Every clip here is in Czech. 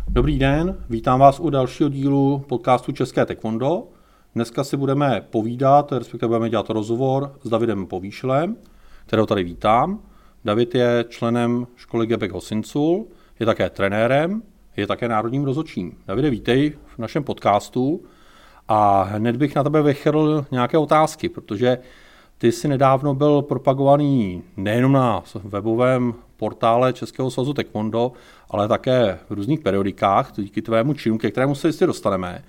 Dobrý den, vítám vás u dalšího dílu podcastu České taekwondo. Dneska si budeme povídat, respektive budeme dělat rozhovor s Davidem Povýšilem, kterého tady vítám. David je členem školy Gebek Hosincul, je také trenérem, je také národním rozhodčím. Davide, vítej v našem podcastu a hned bych na tebe vychrl nějaké otázky, protože ty jsi nedávno byl propagovaný nejenom na webovém portále Českého svazu taekwondo, ale také v různých periodikách, díky tvému činu, ke kterému se jistě dostaneme.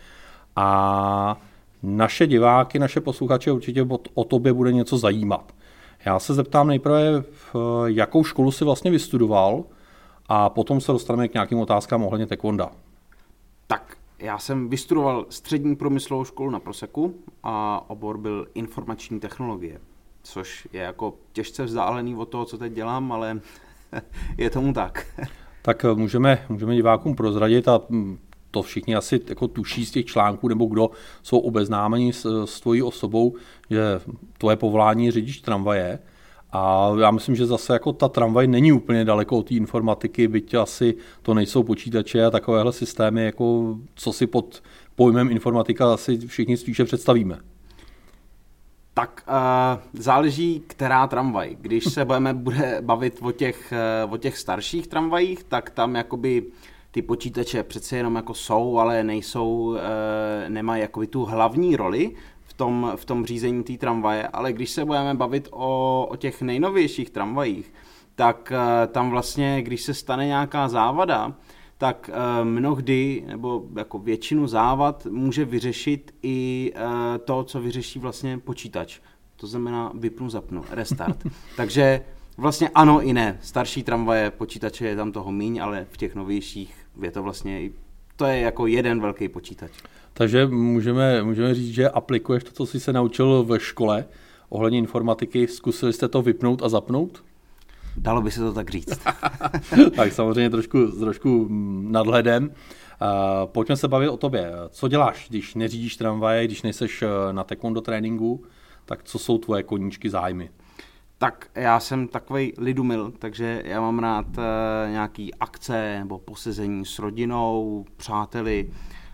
A naše diváky, naše posluchače určitě o tobě bude něco zajímat. Já se zeptám nejprve, jakou školu jsi vlastně vystudoval a potom se dostaneme k nějakým otázkám ohledně taekwonda. Tak, já jsem vystudoval střední průmyslovou školu na Proseku a obor byl informační technologie, což je jako těžce vzdálený od toho, co teď dělám, ale je tomu tak. Tak můžeme divákům prozradit a to všichni asi jako tuší z těch článků, nebo kdo jsou obeznámeni s tvojí osobou, že tvoje povolání je řidič tramvaje. A já myslím, že zase jako ta tramvaj není úplně daleko od té informatiky, byť asi to nejsou počítače a takovéhle systémy, jako co si pod pojmem informatika asi všichni spíše představíme. Tak záleží, která tramvaj. Když se bude bavit o těch starších tramvajích, tak tam jakoby ty počítače přece jenom jako jsou, ale nemají jakoby tu hlavní roli v tom řízení té tramvaje, ale když se budeme bavit o těch nejnovějších tramvajích, tak tam vlastně, když se stane nějaká závada, tak mnohdy, nebo jako většinu závad může vyřešit i to, co vyřeší vlastně počítač. To znamená vypnu, zapnu, restart. Takže vlastně ano i ne. Starší tramvaje, počítače je tam toho míň, ale v těch novějších je to vlastně, to je jako jeden velký počítač. Takže můžeme říct, že aplikuješ to, co jsi se naučil ve škole ohledně informatiky. Zkusili jste to vypnout a zapnout? Dalo by se to tak říct. Tak samozřejmě trošku nadhledem. Pojďme se bavit o tobě. Co děláš, když neřídíš tramvaje, když nejseš na taekwondo tréninku, tak co jsou tvoje koníčky, zájmy? Tak já jsem takovej lidumil, takže já mám rád nějaký akce nebo posezení s rodinou, přáteli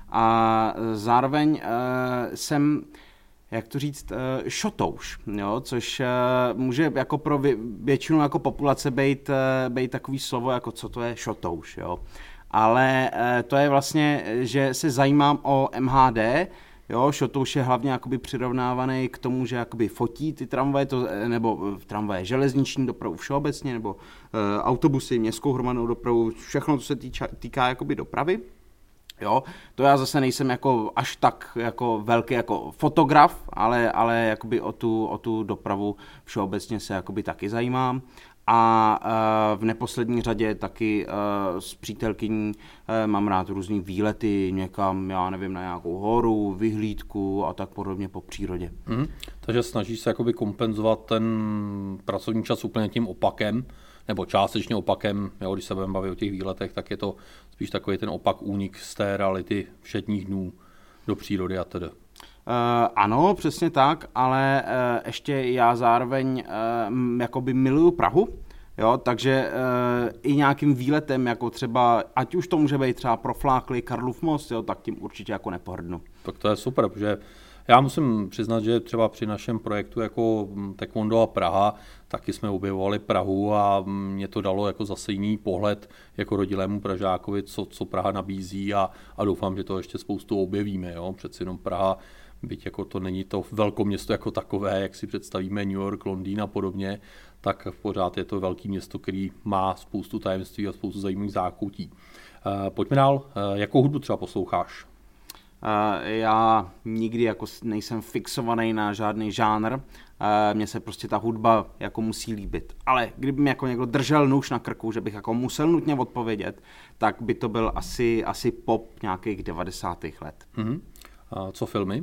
a zároveň jsem, jak to říct, šotouš, jo? Což může jako pro většinu jako populace být takový slovo, jako co to je šotouš, jo? Ale to je vlastně, že se zajímám o MHD. Jo, šotouš je hlavně jakoby přirovnávaný k tomu, že jakoby fotí ty tramvaje, nebo tramvaje železniční dopravu všeobecně, nebo autobusy, městskou hromadnou dopravu, všechno, co se týká jakoby dopravy. Jo, to já zase nejsem jako až tak jako velký jako fotograf, ale jakoby o tu dopravu všeobecně se jakoby taky zajímám. A v neposlední řadě taky s přítelkyní mám rád různý výlety někam, já nevím, na nějakou horu, vyhlídku a tak podobně po přírodě. Takže snažíš se jakoby kompenzovat ten pracovní čas úplně tím opakem, nebo částečně opakem, jo, když se budeme bavit o těch výletech, tak je to spíš takový ten opak, únik z té reality všedních dnů do přírody a tedy. Ano, přesně tak, ale ještě já zároveň jakoby miluju Prahu, jo, takže i nějakým výletem, jako třeba, ať už to může být třeba profláklý Karlův most, jo, tak tím určitě jako nepohrdnu. Tak to je super, protože já musím přiznat, že třeba při našem projektu jako Taekwondo a Praha, taky jsme objevovali Prahu a mě to dalo jako zase jiný pohled jako rodilému Pražákovi, co Praha nabízí a doufám, že to ještě spoustu objevíme. Jo? Přeci jenom Praha, byť jako to není to velkoměsto jako takové, jak si představíme New York, Londýn a podobně, tak pořád je to velké město, který má spoustu tajemství a spoustu zajímavých zákoutí. Pojďme dál, jakou hudbu třeba posloucháš? Já nikdy jako nejsem fixovaný na žádný žánr, mně se prostě ta hudba jako musí líbit. Ale kdyby mi jako někdo držel nůž na krku, že bych jako musel nutně odpovědět, tak by to byl asi pop nějakých 90. let. A co filmy?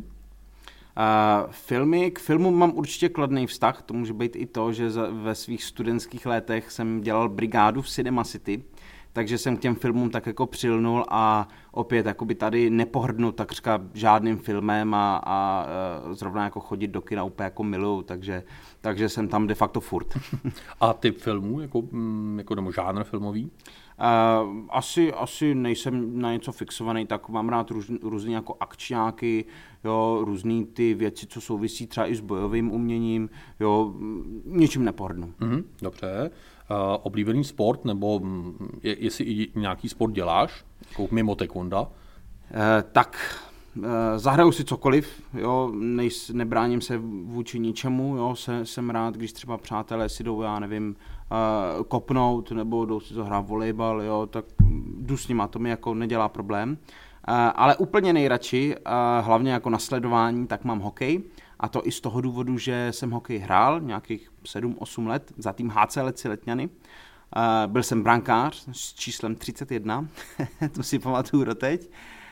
K filmu mám určitě kladný vztah, to může být i to, že ve svých studentských letech jsem dělal brigádu v Cinema City, takže jsem k těm filmům tak jako přilnul a opět jakoby tady nepohrdnu takřka žádným filmem a zrovna jako chodit do kina úplně jako miluju, takže jsem tam de facto furt. A typ filmů, jako nebo žánr filmový? Asi nejsem na něco fixovaný, tak mám rád různý jako akčňáky, jo, různý ty věci, co souvisí třeba i s bojovým uměním, jo, ničím nepohrdnu. Dobře. Oblíbený sport, nebo jestli i nějaký sport děláš, jako mimo taekwondo? Tak zahraju si cokoliv, jo, nebráním se vůči ničemu, jo, jsem rád, když třeba přátelé si jdou, já nevím, kopnout, nebo jdou si zahrát volejbal, jo, tak jdu s nima, to mi jako nedělá problém. Ale úplně nejradši, hlavně jako na sledování, tak mám hokej, a to i z toho důvodu, že jsem hokej hrál nějakých 7-8 let za tým HC Letci Letňany. Byl jsem brankář s číslem 31, to si pamatuju doteď.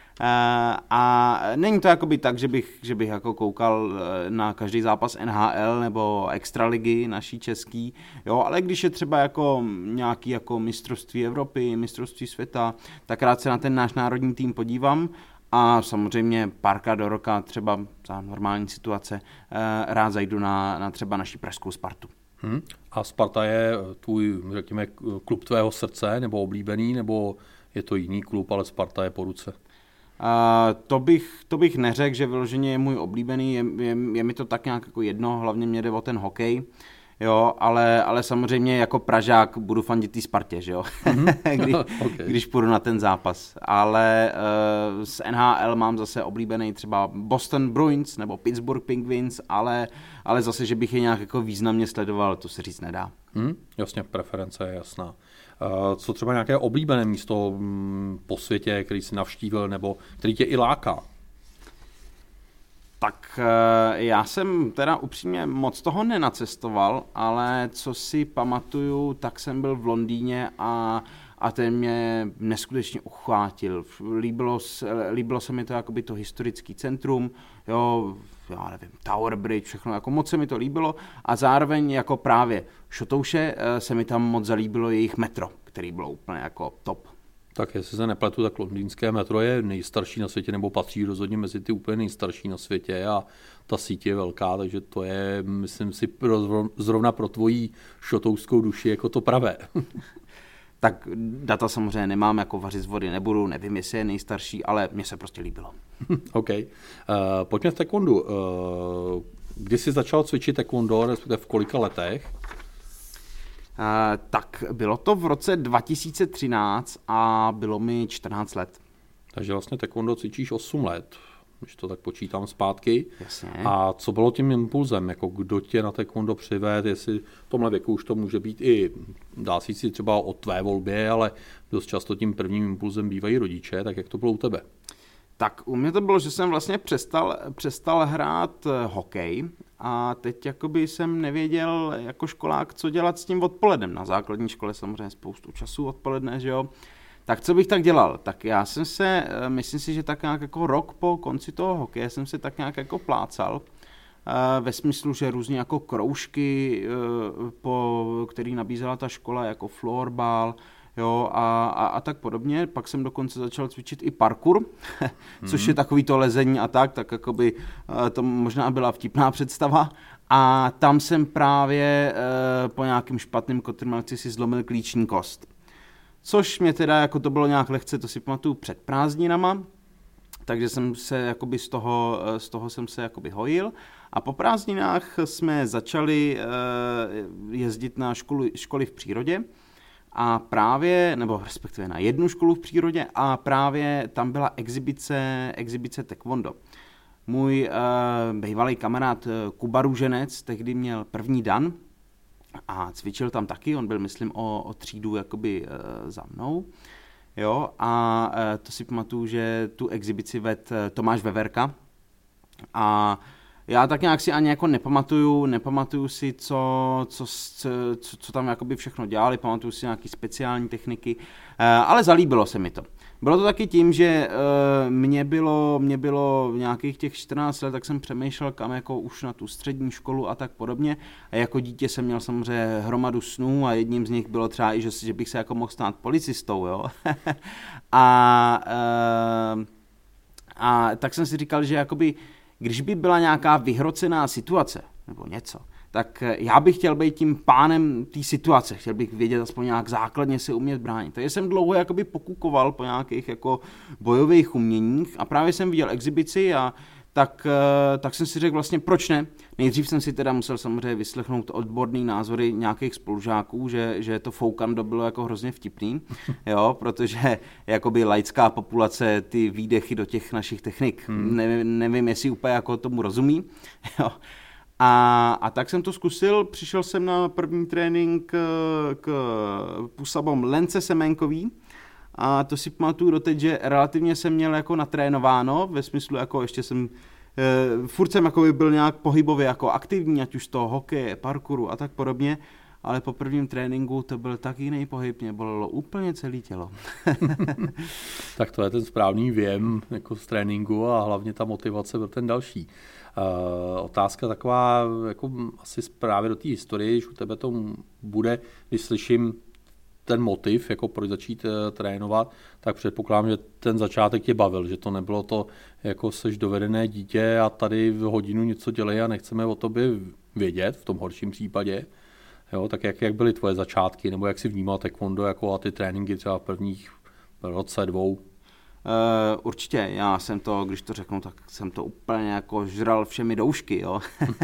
A není to jakoby tak, že bych jako koukal na každý zápas NHL nebo extraligy naší český, jo, ale když je třeba jako nějaký jako mistrovství Evropy, mistrovství světa, tak rád se na ten náš národní tým podívám a samozřejmě párkrát do roka třeba za normální situace rád zajdu na třeba naši pražskou Spartu. A Sparta je tvůj, řekněme, klub tvého srdce, nebo oblíbený, nebo je to jiný klub, ale Sparta je po ruce? To bych neřekl, že vyloženě je můj oblíbený, je mi to tak nějak jako jedno, hlavně mě jde o ten hokej, jo, ale samozřejmě jako Pražák budu fandit té Spartě, že jo, když půjdu na ten zápas, ale z NHL mám zase oblíbený třeba Boston Bruins nebo Pittsburgh Penguins, ale zase, že bych je nějak jako významně sledoval, to se říct nedá. Jasně, preference je jasná. Co třeba nějaké oblíbené místo po světě, který jsi navštívil, nebo který tě i láká? Tak já jsem teda upřímně moc toho nenacestoval, ale co si pamatuju, tak jsem byl v Londýně a ten mě neskutečně uchvátil. Líbilo se mi to jakoby to historické centrum, jo, já nevím, Tower Bridge, všechno, jako moc se mi to líbilo a zároveň jako právě Šotouše se mi tam moc zalíbilo jejich metro, který bylo úplně jako top. Tak jestli se nepletu, tak londýnské metro je nejstarší na světě, nebo patří rozhodně mezi ty úplně nejstarší na světě a ta síť je velká, takže to je, myslím si, zrovna pro tvoji šotouskou duši jako to pravé. Tak data samozřejmě nemám, jako vařit z vody nebudu, nevím, jestli je nejstarší, ale mně se prostě líbilo. OK. Pojďme v taekwondu. Kdy jsi začal cvičit taekwondo, respektive v kolika letech? Tak bylo to v roce 2013 a bylo mi 14 let. Takže vlastně taekwondo cvičíš 8 let, když to tak počítám zpátky. Jasně. A co bylo tím impulzem? Jako kdo tě na taekwondo přivedl, jestli v tomhle věku už to může být i, dá se si třeba o tvé volbě, ale dost často tím prvním impulzem bývají rodiče, tak jak to bylo u tebe? Tak u mě to bylo, že jsem vlastně přestal hrát hokej a teď jakoby jsem nevěděl jako školák, co dělat s tím odpolednem. Na základní škole samozřejmě spoustu času odpoledne, že jo. Tak co bych tak dělal? Tak já jsem se, myslím si, že tak nějak jako rok po konci toho hokeje jsem se tak nějak jako plácal, ve smyslu, že různě jako kroužky, který nabízela ta škola, jako floorball, jo, a tak podobně. Pak jsem dokonce začal cvičit i parkour, což je takový to lezení a tak jakoby to možná byla vtipná představa. A tam jsem právě po nějakým špatným kotrmelci si zlomil klíční kost. Což mě teda, jako to bylo nějak lehce, to si pamatuju, před prázdninama, takže jsem se jakoby z toho jsem se jakoby hojil. A po prázdninách jsme začali jezdit na školy v přírodě, a právě, nebo respektive na jednu školu v přírodě a právě tam byla exibice taekwondo. Můj bývalý kamarád Kuba Růženec tehdy měl první dan a cvičil tam taky, on byl myslím o třídu jakoby za mnou. Jo, a to si pamatuju, že tu exibici vedl Tomáš Veverka a já tak nějak si ani jako nepamatuju si, co tam jakoby všechno dělali, pamatuju si nějaké speciální techniky, ale zalíbilo se mi to. Bylo to taky tím, že mě bylo nějakých těch 14 let, tak jsem přemýšlel, kam jako už na tu střední školu a tak podobně. A jako dítě jsem měl samozřejmě hromadu snů a jedním z nich bylo třeba i, že bych se jako mohl stát policistou, jo. A tak jsem si říkal, že jakoby když by byla nějaká vyhrocená situace nebo něco, tak já bych chtěl být tím pánem té situace, chtěl bych vědět aspoň nějak základně se umět bránit. Takže jsem dlouho jakoby pokukoval po nějakých jako bojových uměních a právě jsem viděl exibici a tak jsem si řekl vlastně, proč ne. Nejdřív jsem si teda musel samozřejmě vyslechnout odborný názory nějakých spolužáků, že to foukando bylo jako hrozně vtipný, jo, protože jakoby laická populace ty výdechy do těch našich technik, nevím, jestli úplně jako tomu rozumí, jo. A tak jsem to zkusil, přišel jsem na první trénink k působom Lence Semenkový a to si pamatuju doteď, že relativně jsem měl jako natrénováno, ve smyslu jako ještě jsem, furt jsem jako byl nějak pohybově jako aktivní, ať už z toho hokeje, parkouru a tak podobně, ale po prvním tréninku to byl tak jiný pohyb, mě bolelo úplně celé tělo. Tak to je ten správný věm jako z tréninku a hlavně ta motivace pro ten další. Otázka taková, jako asi právě do té historie, když u tebe to bude, když slyším ten motiv, jako proč začít trénovat, tak předpokládám, že ten začátek tě bavil, že to nebylo to, jako seš dovedené dítě a tady v hodinu něco dělej a nechceme o tobě vědět, v tom horším případě. Jo, tak jak byly tvoje začátky, nebo jak jsi vnímal taekwondo jako a ty tréninky třeba v prvních roce, 2? Určitě, já jsem to, když to řeknu, tak jsem to úplně jako žral všemi doušky, jo.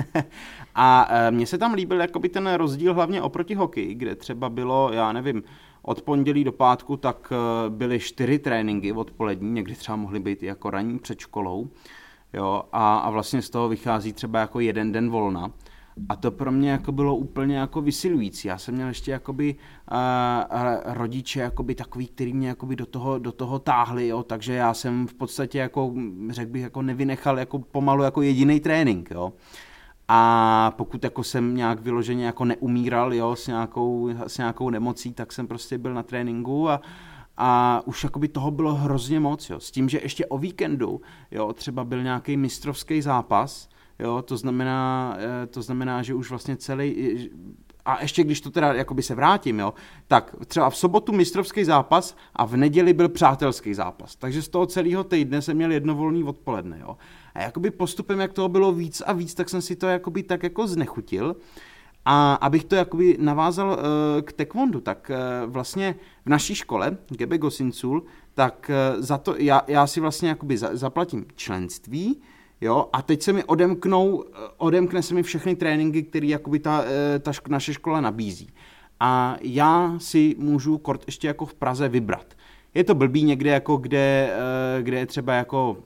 A mně se tam líbil jakoby ten rozdíl hlavně oproti hokeji, kde třeba bylo, já nevím, od pondělí do pátku, tak byly 4 tréninky odpolední, někdy třeba mohly být jako ranní před školou, jo, a vlastně z toho vychází třeba jako 1 den volna. A to pro mě jako bylo úplně jako vysilující. Já jsem měl ještě jakoby rodiče jakoby takový, který mě jakoby do toho táhli, jo, takže já jsem v podstatě jako, řekl bych, jako nevynechal jako pomalu jako jediný trénink, jo. A pokud jako jsem nějak vyloženě jako neumíral, jo, s nějakou nemocí, tak jsem prostě byl na tréninku a už jakoby toho bylo hrozně moc, jo. S tím, že ještě o víkendu, jo, třeba byl nějaký mistrovský zápas, jo, to znamená, že už vlastně celý, a ještě když to teda jakoby se vrátím, jo, tak třeba v sobotu mistrovský zápas a v neděli byl přátelský zápas, takže z toho celého týdne jsem měl jedno volný odpoledne, jo. A jakoby postupem, jak toho bylo víc a víc, tak jsem si to jakoby tak jako znechutil. A abych to jakoby navázal k taekwondu, tak vlastně v naší škole, Gebe Gosincul, tak za to já si vlastně jakoby zaplatím členství, jo, a teď se mi odemkne se mi všechny tréninky, které jakoby ta naše škola nabízí. A já si můžu kort ještě jako v Praze vybrat. Je to blbý někde, jako kde je třeba jako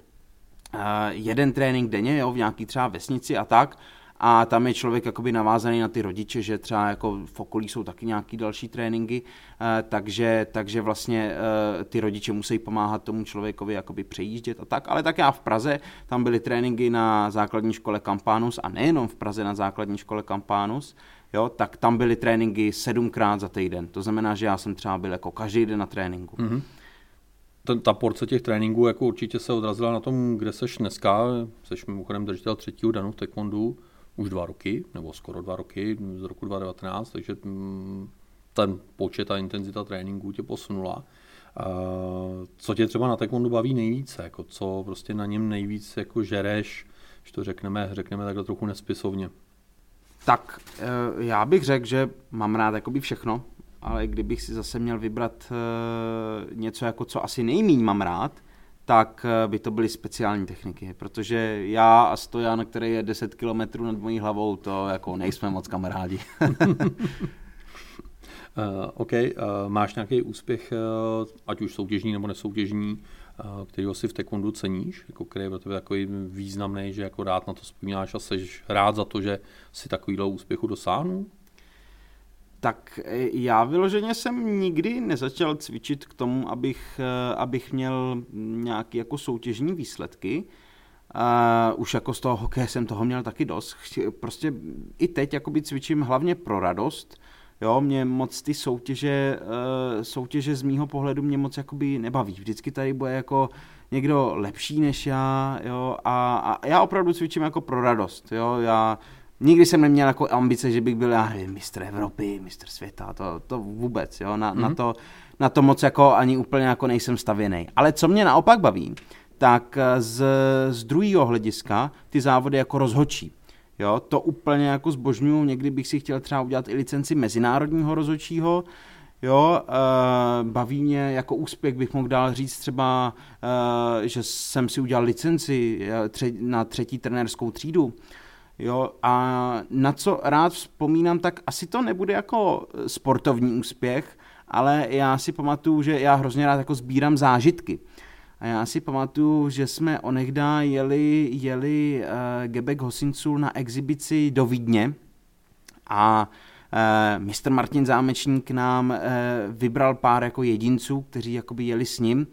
1 trénink denně, jo, v nějaký třeba vesnici a tak, a tam je člověk jakoby navázaný na ty rodiče, že třeba jako v okolí jsou taky nějaký další tréninky, takže vlastně ty rodiče musí pomáhat tomu člověkovi jakoby přejíždět a tak, ale tak já v Praze, tam byly tréninky na základní škole Campánus a nejenom v Praze na základní škole Campánus, jo, tak tam byly tréninky 7krát za týden, to znamená, že já jsem třeba byl jako každý den na tréninku. Mm-hmm. Ta porce těch tréninků jako určitě se odrazila na tom, kde seš dneska, seš mimochodem držitel 3. danu v taekwondu, už 2 roky, nebo skoro 2 roky z roku 2019, takže ten počet a intenzita tréninků tě posunula. Co tě třeba na taekwondu baví nejvíce? Jako co prostě na něm nejvíc jako žereš, když to řekneme takhle trochu nespisovně? Tak já bych řekl, že mám rád jakoby všechno, ale kdybych si zase měl vybrat něco, jako co asi nejmíň mám rád, tak by to byly speciální techniky, protože já a Stojan, který je 10 kilometrů nad mojí hlavou, to jako nejsme moc kamarádi. OK, máš nějaký úspěch, ať už soutěžní nebo nesoutěžní, kterýho si v taekwondu ceníš, jako který je pro tebe takový významný, že jako rád na to vzpomínáš a seš rád za to, že si takovýhle úspěchu dosáhnul? Tak já vyloženě jsem nikdy nezačal cvičit k tomu, abych měl nějaké jako soutěžní výsledky. Už jako z toho hokeje jsem toho měl taky dost. Prostě i teď jakoby cvičím hlavně pro radost. Jo, mě moc ty soutěže z mýho pohledu mě moc jakoby nebaví. Vždycky tady bude jako někdo lepší než já, jo, a já opravdu cvičím jako pro radost, jo, nikdy jsem neměl jako ambice, že bych byl, já nevím, mistr Evropy, mistr světa, to vůbec, jo, na to moc jako ani úplně jako nejsem stavěnej. Ale co mě naopak baví, tak z druhého hlediska ty závody jako rozhodčí. Jo, to úplně jako zbožňuju, někdy bych si chtěl třeba udělat i licenci mezinárodního rozhodčího, jo, baví mě jako úspěch, bych mohl dál říct třeba, že jsem si udělal licenci na 3. trenérskou třídu, jo, a na co rád vzpomínám, tak asi to nebude jako sportovní úspěch, ale já si pamatuju, že já hrozně rád jako sbírám zážitky. A já si pamatuju, že jsme onehda jeli Gebek Hosincul na exibici do Vídně a mistr Martin Zámečník nám vybral pár jako jedinců, kteří jakoby jeli s ním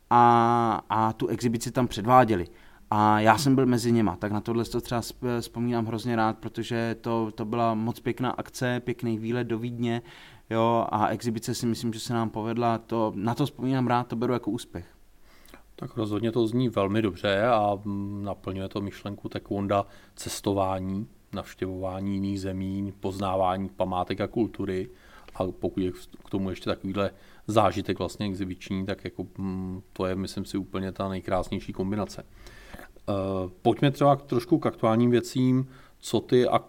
a tu exibici tam předváděli. A já jsem byl mezi něma, tak na tohle to třeba vzpomínám hrozně rád, protože to byla moc pěkná akce, pěkný výlet do Vídně, jo, a exibice si myslím, že se nám povedla, na to vzpomínám rád, to beru jako úspěch. Tak rozhodně to zní velmi dobře a naplňuje to myšlenku taekwonda, cestování, navštěvování jiných zemí, poznávání památek a kultury, a pokud je k tomu ještě takovýhle zážitek vlastně exibiční, tak jako to je, myslím si, úplně ta nejkrásnější kombinace. Pojďme třeba trošku k aktuálním věcím, co ty a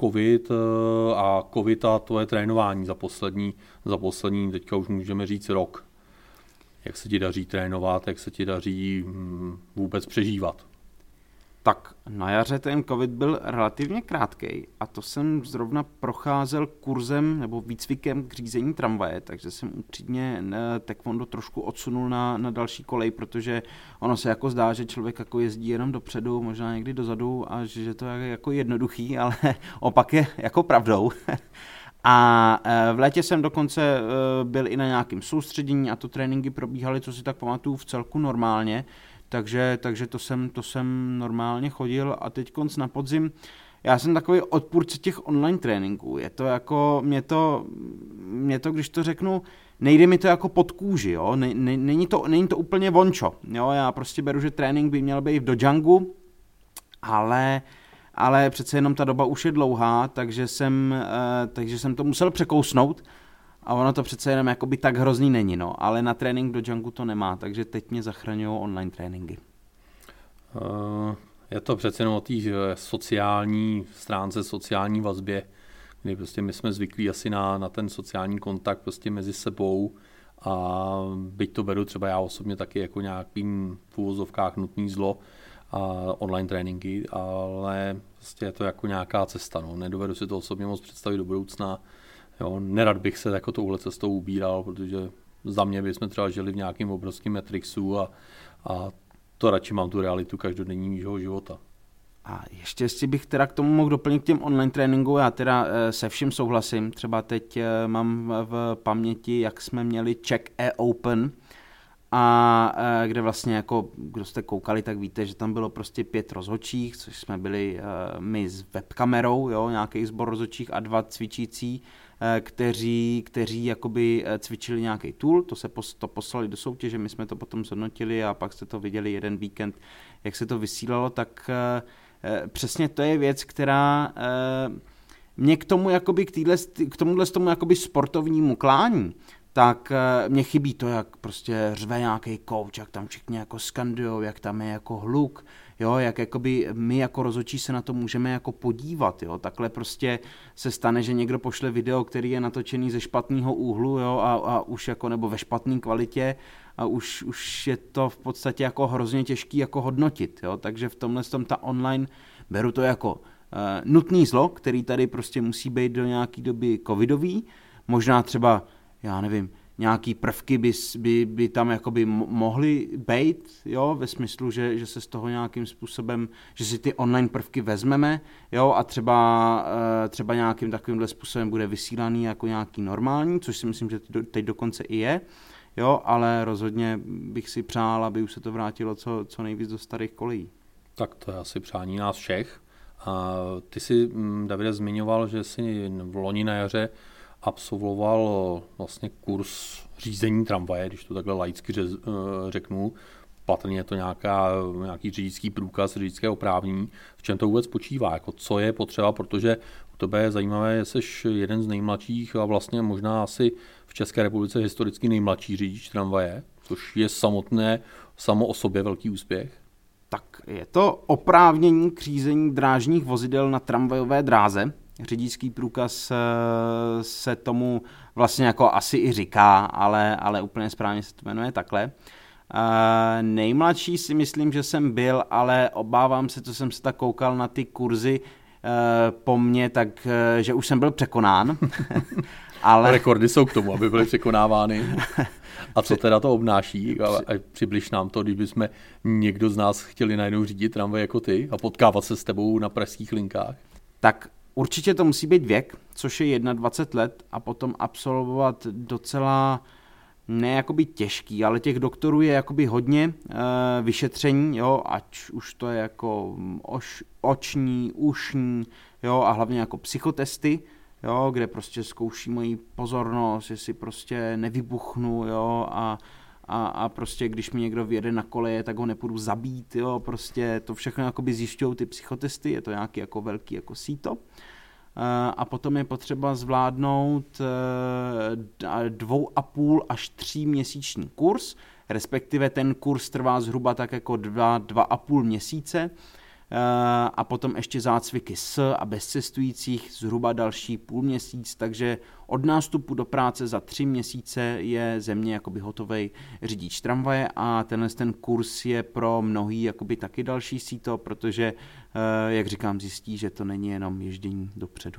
covid a tvoje trénování za poslední, teďka už můžeme říct rok. Jak se ti daří trénovat, jak se ti daří vůbec přežívat? Tak na jaře ten covid byl relativně krátkej a to jsem zrovna procházel kurzem nebo výcvikem k řízení tramvaje, takže jsem upřímně taekwondo trošku odsunul na další kolej, protože ono se jako zdá, že člověk jako jezdí jenom dopředu, možná někdy dozadu a že to je jako jednoduchý, ale opak je jako pravdou. A v létě jsem dokonce byl i na nějakém soustředění a to tréninky probíhaly, co si tak pamatuju, v celku normálně, takže to jsem normálně chodil a teď konc na podzim, já jsem takový odpůrce těch online tréninků, je to jako, mě to, když to řeknu, nejde mi to jako pod kůži, jo, není to úplně vončo, jo, já prostě beru, že trénink by měl být v dojangu, ale přece jenom ta doba už je dlouhá, takže jsem to musel překousnout a ono to přece jenom jakoby tak hrozný není, no, ale na trénink do jungu to nemá, takže teď mě zachraňují online tréninky. Je to přece jenom o té sociální stránce, sociální vazbě, kdy prostě my jsme zvyklí asi na ten sociální kontakt prostě mezi sebou a byť to beru třeba já osobně taky jako nějakým v uvozovkách nutný zlo, a online tréninky, ale prostě je to jako nějaká cesta. No. Nedovedu si to osobně moc představit do budoucna. Jo. Nerad bych se jako touhle cestou ubíral, protože za mě bychom třeba žili v nějakém obrovském Matrixu a to radši mám tu realitu každodenního života. A ještě bych teda k tomu mohl doplnit k těm online tréninku, já teda se vším souhlasím. Třeba teď mám v paměti, jak jsme měli Czech e-Open, a kde vlastně jako, kdo jste koukali, tak víte, že tam bylo prostě 5 rozhodčích, což jsme byli my s webkamerou, jo, nějaký sbor rozhodčích a 2 cvičící, kteří jakoby cvičili nějaký tool, to poslali do soutěže, my jsme to potom zhodnotili a pak jste to viděli jeden víkend, jak se to vysílalo, tak přesně to je věc, která mě k tomu jakoby k tomuhle jakoby sportovnímu klání, tak mě chybí to, jak prostě řve nějaký kouč, jak tam všichni jako skandujou, jak tam je jako hluk, jo, jak jakoby my jako rozhodčí se na to můžeme jako podívat, jo, takhle prostě se stane, že někdo pošle video, který je natočený ze špatného úhlu, jo, a už jako, nebo ve špatné kvalitě a už je to v podstatě jako hrozně těžký jako hodnotit, jo, takže v tomhle ta online beru to jako nutný zlo, který tady prostě musí být do nějaký doby covidový, možná třeba já nevím, nějaký prvky by tam jakoby mohly být, jo, ve smyslu, že se z toho nějakým způsobem, že si ty online prvky vezmeme, jo, a třeba nějakým takovýmhle způsobem bude vysílaný jako nějaký normální, což si myslím, že teď dokonce i je, jo, ale rozhodně bych si přál, aby už se to vrátilo co nejvíc do starých kolejí. Tak to je asi přání nás všech. A ty si, Davide, zmiňoval, že jsi v loni na jaře absolvoval vlastně kurz řízení tramvaje, když to takhle laicky řeknu. Patrně je to nějaký řidičský průkaz, řidičské oprávnění. V čem to vůbec spočívá? Jako co je potřeba, protože u tebe je zajímavé, že jsi jeden z nejmladších a vlastně možná asi v České republice historicky nejmladší řidič tramvaje, což je samo o sobě velký úspěch. Tak je to oprávnění k řízení drážních vozidel na tramvajové dráze. Řidičský průkaz se tomu vlastně jako asi i říká, ale úplně správně se to jmenuje takhle. Nejmladší si myslím, že jsem byl, ale obávám se, co jsem se tak koukal na ty kurzy po mně, tak že už jsem byl překonán. Ale... Rekordy jsou k tomu, aby byly překonávány. A co teda to obnáší? A přibliž nám to, když bychom někdo z nás chtěli najednou řídit tramvaj jako ty a potkávat se s tebou na pražských linkách. Tak určitě to musí být věk, což je 21 let a potom absolvovat docela ne jakoby těžký, ale těch doktorů je jakoby hodně vyšetření, jo, ať už to je jako oční, ušní, jo, a hlavně jako psychotesty, jo, kde prostě zkouší moji pozornost, jestli prostě nevybuchnu, jo, a prostě když mi někdo vjede na koleje, tak ho nepůjdu zabít, jo, prostě to všechno jakoby zjišťují ty psychotesty, je to nějaký jako velký jako síto. A potom je potřeba zvládnout 2,5 až 3 měsíční kurz, respektive ten kurz trvá zhruba tak jako 2,5 měsíce a potom ještě zácviky s a bez cestujících zhruba další půl měsíc, takže od nástupu do práce za 3 měsíce je ze mě jakoby hotovej řidič tramvaje a ten kurz je pro mnohý jakoby taky další síto, protože, jak říkám, zjistí, že to není jenom ježdění dopředu.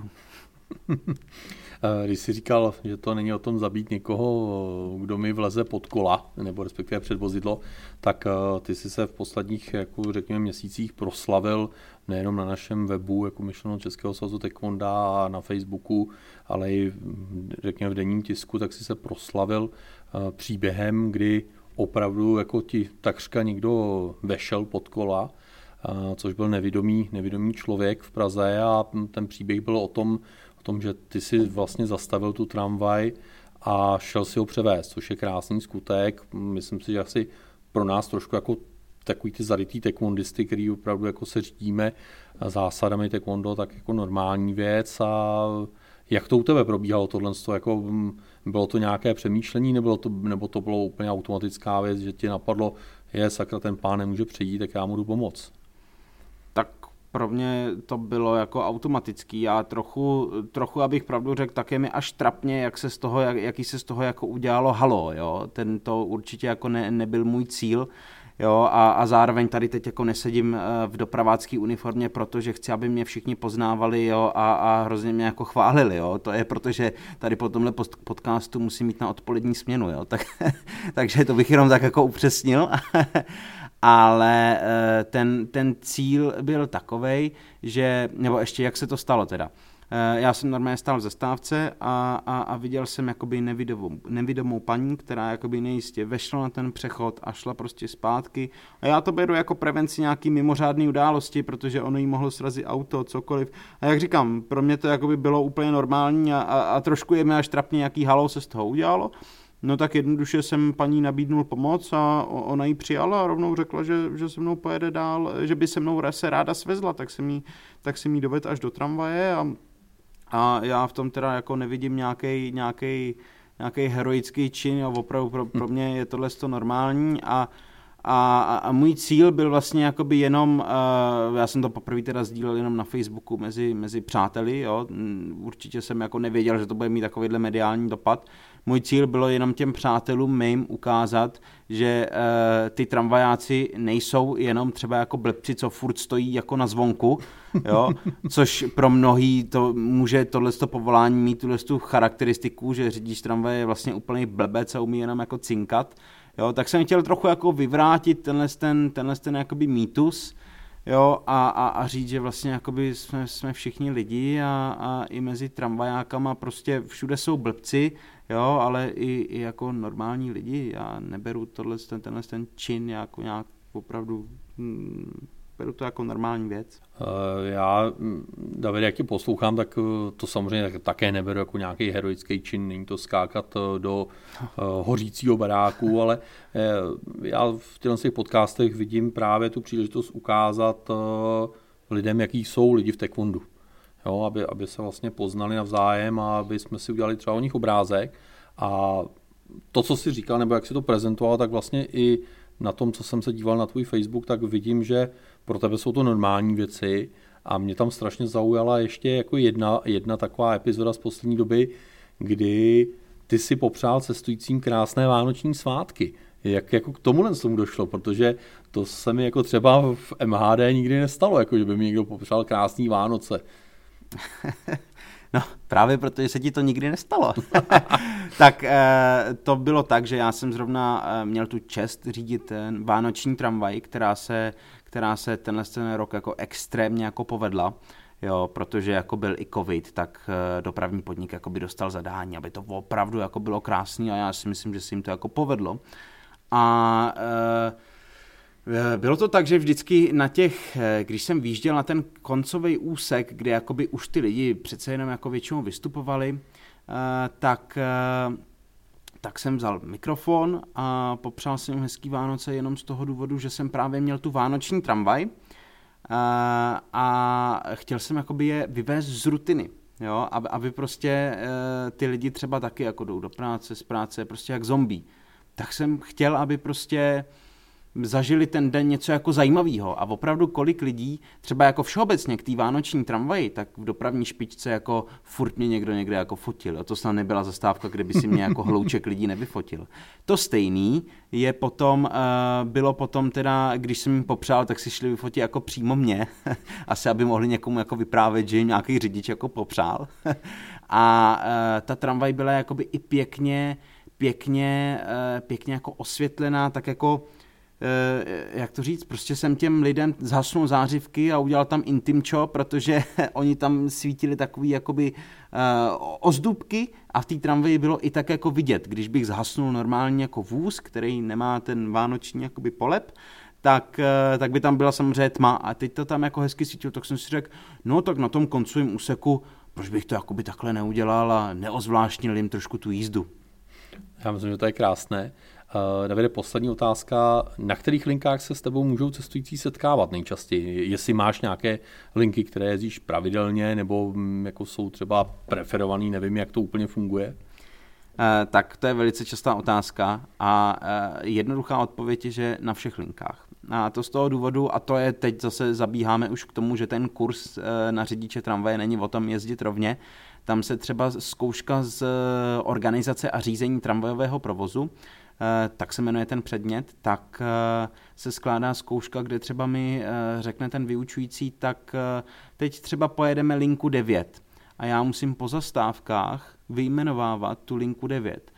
Když jsi říkal, že to není o tom zabít někoho, kdo mi vleze pod kola, nebo respektive před vozidlo, tak ty jsi se v posledních, jako řekněme, měsících proslavil nejenom na našem webu, jako myšleno Českého svazu taekwonda a na Facebooku, ale i řekněme v denním tisku, tak jsi se proslavil příběhem, kdy opravdu jako ti takřka někdo vešel pod kola, což byl nevidomý člověk v Praze a ten příběh byl o tom, že ty si vlastně zastavil tu tramvaj a šel si ho převést, což je krásný skutek. Myslím si, že asi pro nás trošku jako takový ty zarytý taekwondisty, který opravdu jako se řídíme zásadami taekwondo, tak jako normální věc. A jak to u tebe probíhalo tohle? Jako, bylo to nějaké přemýšlení, nebo to bylo úplně automatická věc, že ti napadlo, sakra, ten pán nemůže přijít, tak já mu jdu pomoct? Tak pro mě to bylo jako automatický. Já trochu, abych pravdu řekl, tak je mi až trapně, jaký se z toho jako udělalo halo, jo. To určitě jako nebyl můj cíl, jo, a zároveň tady teď jako nesedím v dopravácké uniformě, protože chci, aby mě všichni poznávali, jo, a hrozně mě jako chválili, jo. To je proto, že tady po tomhle podcastu musím mít na odpolední směnu, jo. Takže to bych jenom tak jako upřesnil. Ale ten cíl byl takovej, že, nebo ještě jak se to stalo teda. Já jsem normálně stál v zastávce a viděl jsem jakoby nevidomou paní, která jakoby nejistě vešla na ten přechod a šla prostě zpátky. A já to beru jako prevenci nějaký mimořádný události, protože ono jí mohlo srazit auto, cokoliv. A jak říkám, pro mě to jakoby bylo úplně normální a trošku je mi až trapně, jaký halou se z toho udělalo. No tak jednoduše jsem paní nabídnul pomoc a ona ji přijala a rovnou řekla, že se mnou pojede dál, že by se mnou se ráda svezla, tak jsem jí dovedl až do tramvaje a já v tom teda jako nevidím nějaký heroický čin, a opravdu pro mě je tohle normální a můj cíl byl vlastně jakoby jenom, já jsem to poprvé teda sdílel jenom na Facebooku mezi přáteli, jo, určitě jsem jako nevěděl, že to bude mít takovýhle mediální dopad. Můj cíl bylo jenom těm přátelům mým ukázat, že ty tramvajáci nejsou jenom třeba jako blbci, co furt stojí jako na zvonku, jo, což pro mnohý to může tohleto povolání mít tu charakteristiku, že řidič tramvaje je vlastně úplný blbec a umí jenom jako cinkat. Jo, tak jsem chtěl trochu jako vyvrátit tenhle jakoby mýtus, jo, a říct, že vlastně jakoby jsme všichni lidi a i mezi tramvajákama prostě všude jsou blbci, jo, ale i jako normální lidi. Já neberu tenhle čin jako nějak opravdu, beru to jako normální věc. Já, David, jak tě poslouchám, tak to samozřejmě také neberu jako nějaký heroický čin, není to skákat do hořícího baráku, ale já v těch podcastech vidím právě tu příležitost ukázat lidem, jaký jsou lidi v taekwondu. Jo, aby se vlastně poznali navzájem a aby jsme si udělali třeba o nich obrázek. A to, co jsi říkal, nebo jak jsi to prezentoval, tak vlastně i na tom, co jsem se díval na tvůj Facebook, tak vidím, že pro tebe jsou to normální věci a mě tam strašně zaujala ještě jako jedna taková epizoda z poslední doby, kdy ty si popřál cestujícím krásné vánoční svátky. Jak jako k tomu došlo, protože to se mi jako třeba v MHD nikdy nestalo, jako že by mi někdo popřál krásný Vánoce. No, právě protože se ti to nikdy nestalo. Tak to bylo tak, že já jsem zrovna měl tu čest řídit vánoční tramvaj, která se tenhle rok jako extrémně jako povedla. Jo, protože jako byl i covid, tak dopravní podnik jako by dostal zadání, aby to opravdu jako bylo krásný a já si myslím, že se jim to jako povedlo. A bylo to tak, že vždycky když jsem výjížděl na ten koncový úsek, kde jakoby už ty lidi přece jenom jako většinou vystupovali, tak jsem vzal mikrofon a popřál jsem jim hezký Vánoce jenom z toho důvodu, že jsem právě měl tu vánoční tramvaj a chtěl jsem jakoby je vyvést z rutiny. Jo, aby prostě ty lidi třeba taky jako jdou do práce, z práce, prostě jak zombie. Tak jsem chtěl, aby prostě zažili ten den něco jako zajímavého. A opravdu kolik lidí, třeba jako všeobecně k té vánoční tramvaji, tak v dopravní špičce jako furt mě někdo někde jako fotil. A to snad nebyla zastávka, kde by si mě jako hlouček lidí nevyfotil. To stejný bylo potom teda, když jsem jim popřál, tak si šli vyfotit jako přímo mě. Asi, aby mohli někomu jako vyprávět, že jim nějaký řidič jako popřál. A ta tramvaj byla jakoby i pěkně jako osvětlená, tak jako jak to říct, prostě jsem těm lidem zhasnul zářivky a udělal tam intimčo, protože oni tam svítili takový jakoby ozdůbky a v té tramvaji bylo i tak jako vidět, když bych zhasnul normálně jako vůz, který nemá ten vánoční jakoby polep, tak by tam byla samozřejmě tma a teď to tam jako hezky svítilo, tak jsem si řekl, no tak na tom koncovém úseku, proč bych to jakoby takhle neudělal a neozvláštnil jim trošku tu jízdu. Já myslím, že to je krásné. Davide, poslední otázka. Na kterých linkách se s tebou můžou cestující setkávat nejčastěji? Jestli máš nějaké linky, které jezdíš pravidelně, nebo jako jsou třeba preferovaný, nevím, jak to úplně funguje? Tak to je velice častá otázka a jednoduchá odpověď je, že na všech linkách. A to z toho důvodu, a to je teď zase zabíháme už k tomu, že ten kurz na řidiče tramvaje není o tom jezdit rovně. Tam se třeba zkouška z organizace a řízení tramvajového provozu, tak se jmenuje ten předmět, tak se skládá zkouška, kde třeba mi řekne ten vyučující, tak teď třeba pojedeme linku 9 a já musím po zastávkách vyjmenovávat tu linku 9.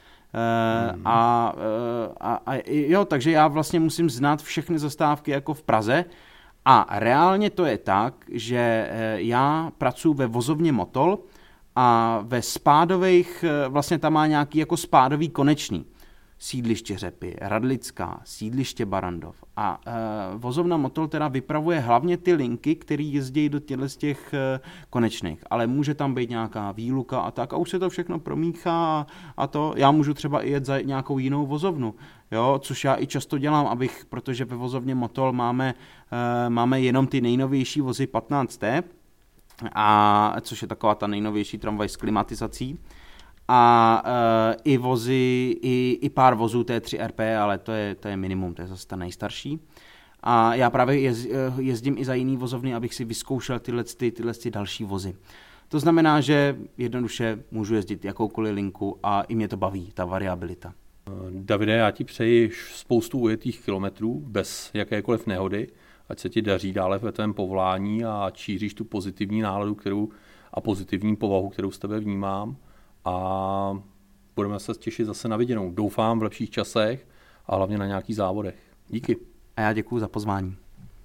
Jo, takže já vlastně musím znát všechny zastávky jako v Praze a reálně to je tak, že já pracuji ve vozovně Motol a ve spádových, vlastně tam má nějaký jako spádový konečný. Sídliště Řepy, Radlická, sídliště Barandov. A vozovna Motol teda vypravuje hlavně ty linky, které jezdí do těch konečných. Ale může tam být nějaká výluka a tak. A už se to všechno promíchá a to. Já můžu třeba i jet za nějakou jinou vozovnu. Jo, což já i často dělám, protože ve vozovně Motol máme jenom ty nejnovější vozy 15T, což je taková ta nejnovější tramvaj s klimatizací. A i vozy, i pár vozů T3RP, ale to je minimum, to je zase ta nejstarší. A já právě jezdím i za jiný vozovny, abych si vyzkoušel tyhle další vozy. To znamená, že jednoduše můžu jezdit jakoukoliv linku a i mě to baví, ta variabilita. Davide, já ti přeji spoustu ujetých kilometrů bez jakékoliv nehody, ať se ti daří dále ve tvém povolání a šíříš tu pozitivní náladu a pozitivní povahu, kterou z tebe vnímám. A budeme se těšit zase na viděnou. Doufám v lepších časech a hlavně na nějakých závodech. Díky. A já děkuju za pozvání.